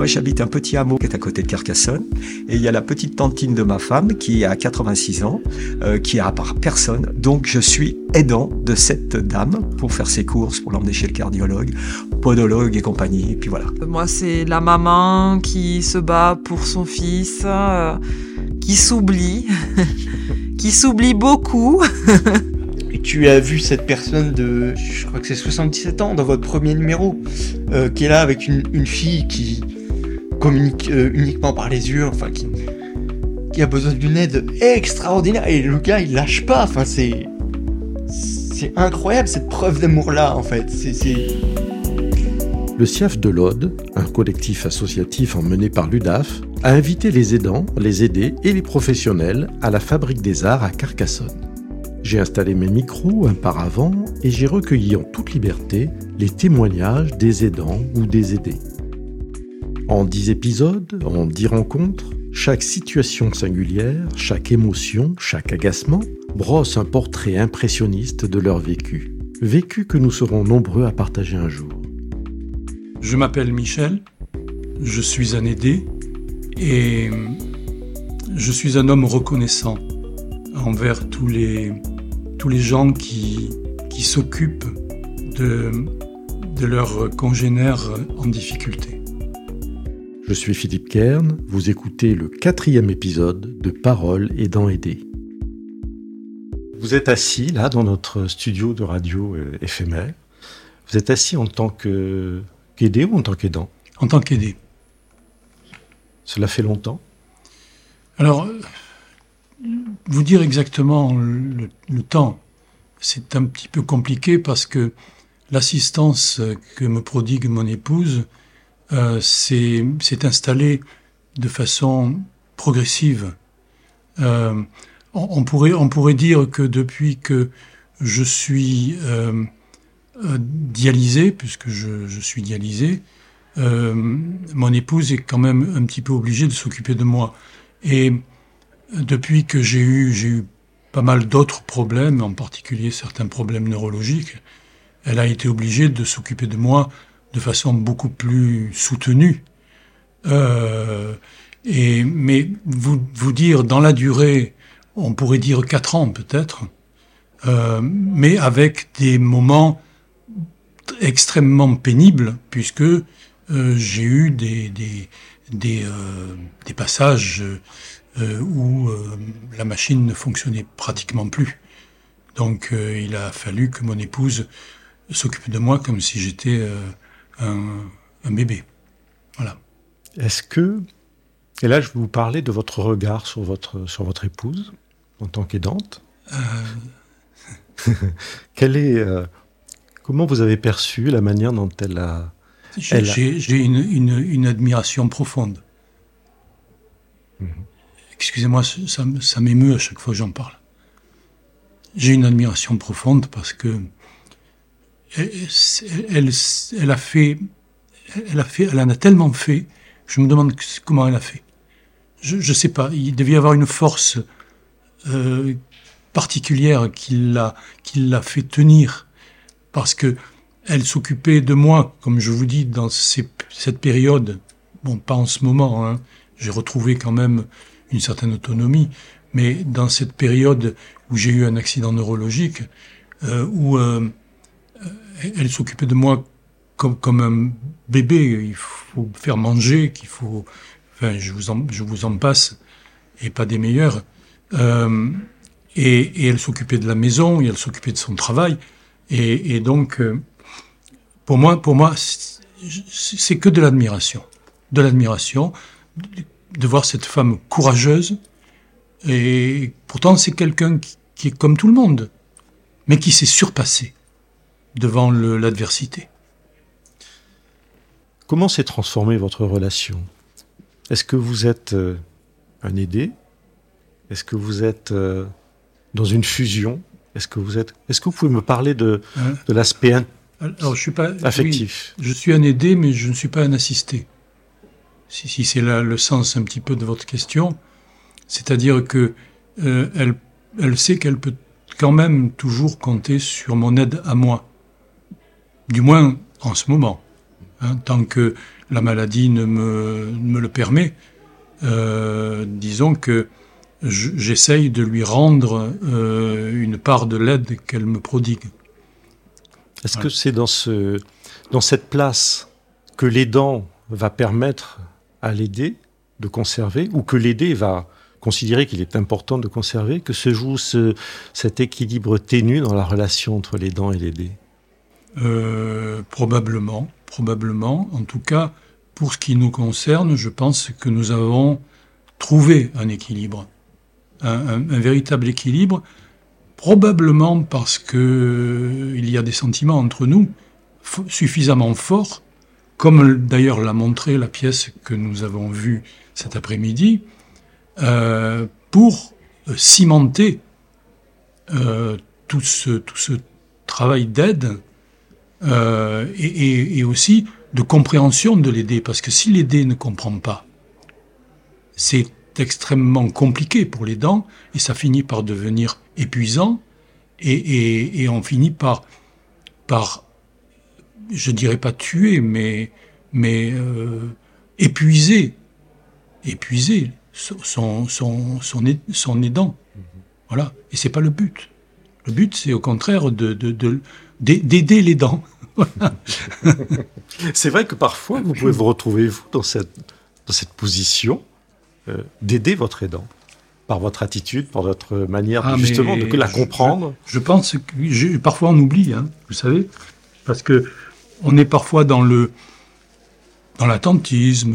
Moi, j'habite un petit hameau qui est à côté de Carcassonne. Et il y a la petite tantine de ma femme qui a 86 ans, qui a à part personne. Donc, je suis aidant de cette dame pour faire ses courses, pour l'emmener chez le cardiologue, podologue et compagnie. Et puis voilà. Moi, c'est la maman qui se bat pour son fils, qui s'oublie, qui s'oublie beaucoup. Et tu as vu cette personne de, je crois que c'est 77 ans, dans votre premier numéro, qui est là avec une fille qui communique uniquement par les yeux, enfin qui a besoin d'une aide extraordinaire. Et le gars, il lâche pas. Enfin, c'est incroyable cette preuve d'amour-là, en fait. Le CIAF de l'Aude, un collectif associatif emmené par l'UDAF, a invité les aidants, les aidés et les professionnels à la Fabrique des Arts à Carcassonne. J'ai installé mes micros un par avant et j'ai recueilli en toute liberté les témoignages des aidants ou des aidés. En 10 épisodes, en 10 rencontres, chaque situation singulière, chaque émotion, chaque agacement brosse un portrait impressionniste de leur vécu. Vécu que nous serons nombreux à partager un jour. Je m'appelle Michel, je suis un aidé et je suis un homme reconnaissant envers tous les gens qui s'occupent de leurs congénères en difficulté. Je suis Philippe Kern, vous écoutez le 4e épisode de Paroles aidant aidés. Vous êtes assis là dans notre studio de radio éphémère. Vous êtes assis en tant qu'aidé ou en tant qu'aidant ? En tant qu'aidé. Cela fait longtemps ? Alors, vous dire exactement le temps, c'est un petit peu compliqué parce que l'assistance que me prodigue mon épouse s'est installée de façon progressive. On pourrait dire que depuis que je suis dialysé, puisque je suis dialysé, mon épouse est quand même un petit peu obligée de s'occuper de moi. Et depuis que j'ai eu pas mal d'autres problèmes, en particulier certains problèmes neurologiques, elle a été obligée de s'occuper de moi de façon beaucoup plus soutenue. Mais vous dire dans la durée, on pourrait dire 4 ans peut-être, mais avec des moments extrêmement pénibles, puisque j'ai eu des passages où la machine ne fonctionnait pratiquement plus. Donc il a fallu que mon épouse s'occupe de moi comme si j'étais un bébé. Voilà. Est-ce que, et là je vais vous parler de votre regard sur votre épouse en tant qu'aidante. Comment vous avez perçu la manière dont elle a... J'ai une admiration profonde. Excusez-moi, ça m'émeut à chaque fois que j'en parle. J'ai une admiration profonde parce que elle en a tellement fait, je me demande comment elle a fait. Je sais pas, il devait y avoir une force particulière qui l'a fait tenir, parce que elle s'occupait de moi, comme je vous dis, dans cette période, bon, pas en ce moment, hein, j'ai retrouvé quand même une certaine autonomie, mais dans cette période où j'ai eu un accident neurologique, où elle s'occupait de moi comme un bébé, il faut faire manger, enfin, je vous en passe, et pas des meilleurs, et elle s'occupait de la maison, et elle s'occupait de son travail, et donc, pour moi, c'est que de l'admiration, de voir cette femme courageuse, et pourtant c'est quelqu'un qui est comme tout le monde, mais qui s'est surpassé devant l'adversité. Comment s'est transformée votre relation ? Est-ce que vous êtes un aidé ? Est-ce que vous êtes dans une fusion ? Est-ce que vous pouvez me parler de l'aspect Alors, je suis pas affectif ? Oui, je suis un aidé, mais je ne suis pas un assisté. Si c'est là le sens un petit peu de votre question, c'est-à-dire que elle sait qu'elle peut quand même toujours compter sur mon aide à moi, du moins en ce moment. tant que la maladie ne me le permet. Disons que j'essaye de lui rendre une part de l'aide qu'elle me prodigue. Est-ce que c'est dans cette place que l'aidant va permettre à l'aidé de conserver, ou que l'aidé va considérer qu'il est important de conserver, que se joue cet équilibre ténu dans la relation entre l'aidant et l'aidé ? Probablement. En tout cas, pour ce qui nous concerne, je pense que nous avons trouvé un équilibre, un véritable équilibre, probablement parce que il y a des sentiments entre nous suffisamment forts, comme d'ailleurs l'a montré la pièce que nous avons vue cet après-midi, pour cimenter tout ce travail d'aide et aussi de compréhension de l'aidé. Parce que si l'aidé ne comprend pas, c'est extrêmement compliqué pour l'aidant et ça finit par devenir épuisant et on finit par je dirais pas tuer, mais épuiser son aidant. Voilà. Et c'est pas le but. Le but, c'est au contraire d'aider l'aidant. C'est vrai que parfois, vous pouvez vous retrouver, vous, dans cette position d'aider votre aidant, par votre attitude, par votre manière justement de la comprendre. Je pense que parfois on oublie, vous savez, parce que on est parfois dans l'attentisme,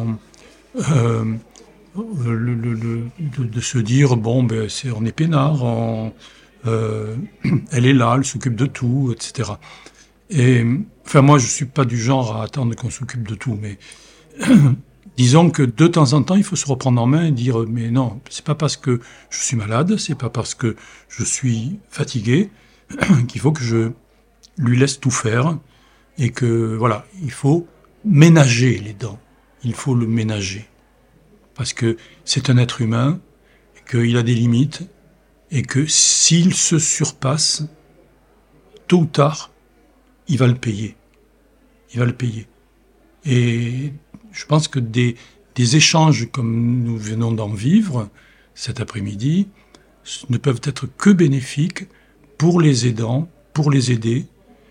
de se dire bon on est peinard, elle est là, elle s'occupe de tout, etc. Et enfin moi je suis pas du genre à attendre qu'on s'occupe de tout, mais disons que de temps en temps il faut se reprendre en main et dire mais non, c'est pas parce que je suis malade, c'est pas parce que je suis fatigué qu'il faut que je lui laisse tout faire, et que voilà, il faut ménager l'aidant, il faut le ménager. Parce que c'est un être humain, et qu'il a des limites, et que s'il se surpasse, tôt ou tard, il va le payer. Il va le payer. Et je pense que des échanges comme nous venons d'en vivre cet après-midi ne peuvent être que bénéfiques pour les aidants, pour les aider.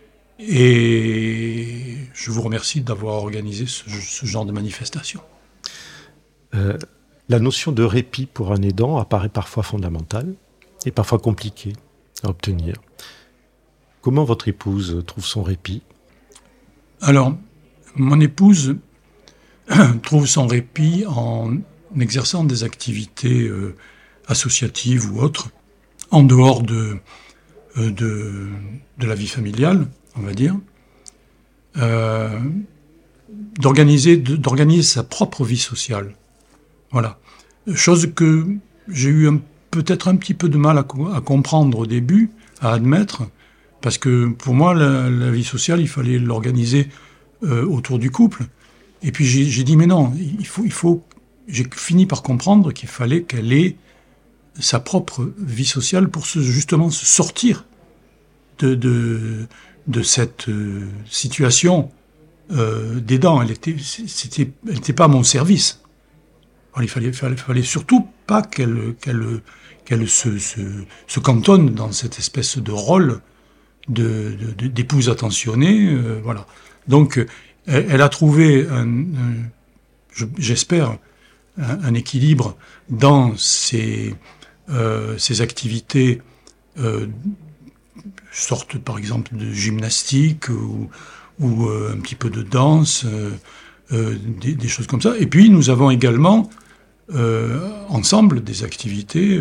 Et je vous remercie d'avoir organisé ce genre de manifestation. La notion de répit pour un aidant apparaît parfois fondamentale et parfois compliquée à obtenir. Comment votre épouse trouve son répit ? Alors, mon épouse trouve son répit en exerçant des activités associatives ou autres, en dehors de la vie familiale, on va dire, d'organiser sa propre vie sociale. Voilà. Chose que j'ai eu peut-être un petit peu de mal à comprendre au début, à admettre, parce que pour moi, la vie sociale, il fallait l'organiser autour du couple. Et puis j'ai dit, mais non, j'ai fini par comprendre qu'il fallait qu'elle ait sa propre vie sociale pour justement se sortir de cette situation d'aidant. Elle était pas à mon service. Alors, il fallait surtout pas qu'elle se cantonne dans cette espèce de rôle d'épouse attentionnée, voilà. Donc, elle a trouvé j'espère, un équilibre dans ses activités, sorte par exemple de gymnastique ou un petit peu de danse, des choses comme ça. Et puis nous avons également ensemble des activités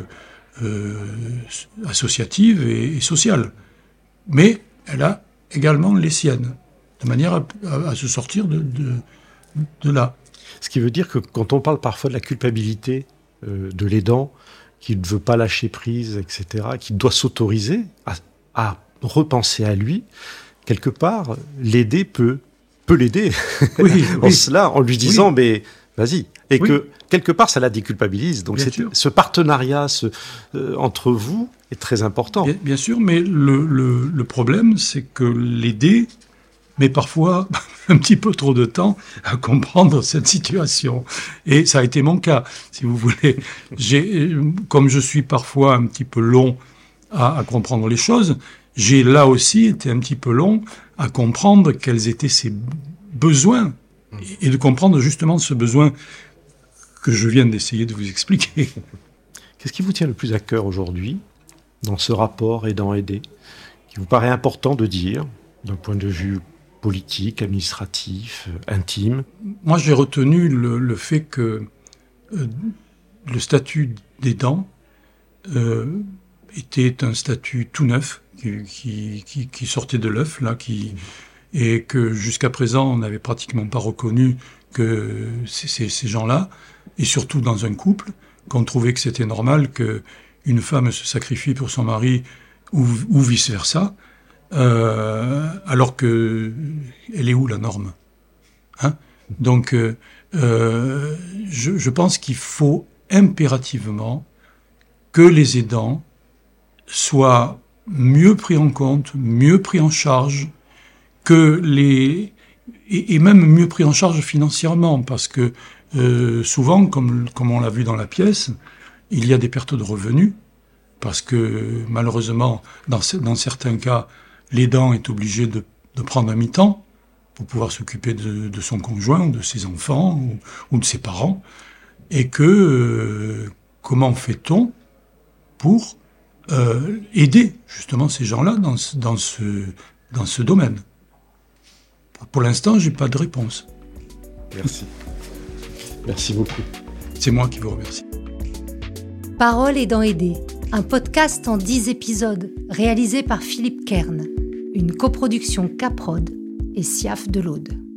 associatives et sociales. Mais elle a également les siennes, de manière à se sortir de là. Ce qui veut dire que quand on parle parfois de la culpabilité de l'aidant, qui ne veut pas lâcher prise, etc., qui doit s'autoriser à repenser à lui, quelque part, l'aider peut l'aider. Oui, en lui disant, oui. Mais vas-y. Et que, quelque part, ça la déculpabilise. Donc, ce partenariat entre vous est très important. Bien sûr, mais le problème, c'est que l'aider, mais parfois, un petit peu trop de temps à comprendre cette situation. Et ça a été mon cas, si vous voulez. Comme je suis parfois un petit peu long à comprendre les choses, j'ai là aussi été un petit peu long à comprendre quels étaient ses besoins et de comprendre justement ce besoin que je viens d'essayer de vous expliquer. Qu'est-ce qui vous tient le plus à cœur aujourd'hui dans ce rapport aidant-aidé, qui vous paraît important de dire d'un point de vue politique, administratif, intime? Moi, j'ai retenu le fait que le statut d'aidant était un statut tout neuf, qui sortait de l'œuf, là, et que jusqu'à présent, on n'avait pratiquement pas reconnu que ces gens-là, et surtout dans un couple, qu'on trouvait que c'était normal qu'une femme se sacrifie pour son mari ou vice-versa, alors que elle est où la norme, hein? Donc, je pense qu'il faut impérativement que les aidants soient mieux pris en compte, mieux pris en charge, et même mieux pris en charge financièrement, parce que souvent, comme on l'a vu dans la pièce, il y a des pertes de revenus, parce que malheureusement, dans certains cas, l'aidant est obligé de prendre un mi-temps pour pouvoir s'occuper de son conjoint, ou de ses enfants, ou de ses parents, et que comment fait-on pour aider justement ces gens-là dans ce domaine? Pour l'instant, j'ai pas de réponse. Merci. Merci beaucoup. C'est moi qui vous remercie. Parole aidant aidé, un podcast en 10 épisodes, réalisé par Philippe Kern, une coproduction Caprod et SIAF de l'Aude.